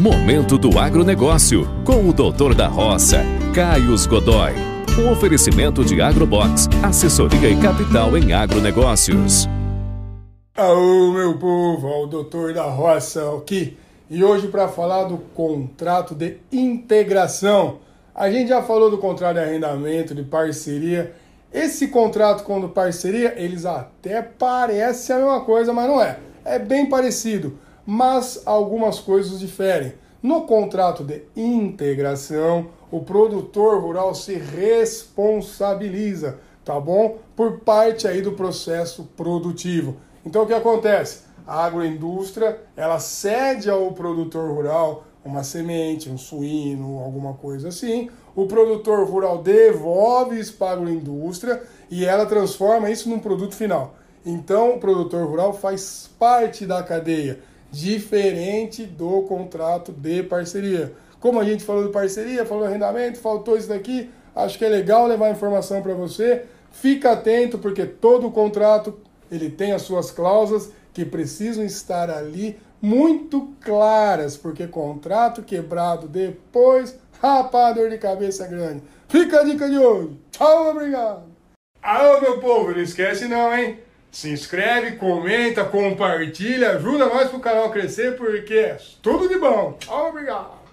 Momento do Agronegócio, com o doutor da Roça, Caio Godoy. Um oferecimento de Agrobox, assessoria e capital em agronegócios. Alô, meu povo, o doutor da Roça aqui. E hoje para falar do contrato de integração. A gente já falou do contrato de arrendamento, de parceria. Esse contrato com parceria, eles até parecem a mesma coisa, mas não é. É bem parecido, mas algumas coisas diferem. No contrato de integração, o produtor rural se responsabiliza, tá bom? Por parte aí do processo produtivo. Então o que acontece? A agroindústria, ela cede ao produtor rural uma semente, um suíno, alguma coisa assim. O produtor rural devolve isso para a agroindústria e ela transforma isso num produto final. Então o produtor rural faz parte da cadeia, diferente do contrato de parceria. Como a gente falou de parceria, falou de arrendamento, faltou isso daqui, acho que é legal levar informação para você. Fica atento, porque todo contrato ele tem as suas cláusulas que precisam estar ali muito claras, porque contrato quebrado depois, rapaz, dor de cabeça grande. Fica a dica de hoje. Tchau, obrigado. Alô, meu povo, não esquece não, hein? Se inscreve, comenta, compartilha, ajuda nós pro canal crescer, porque é tudo de bom. Tchau, obrigado.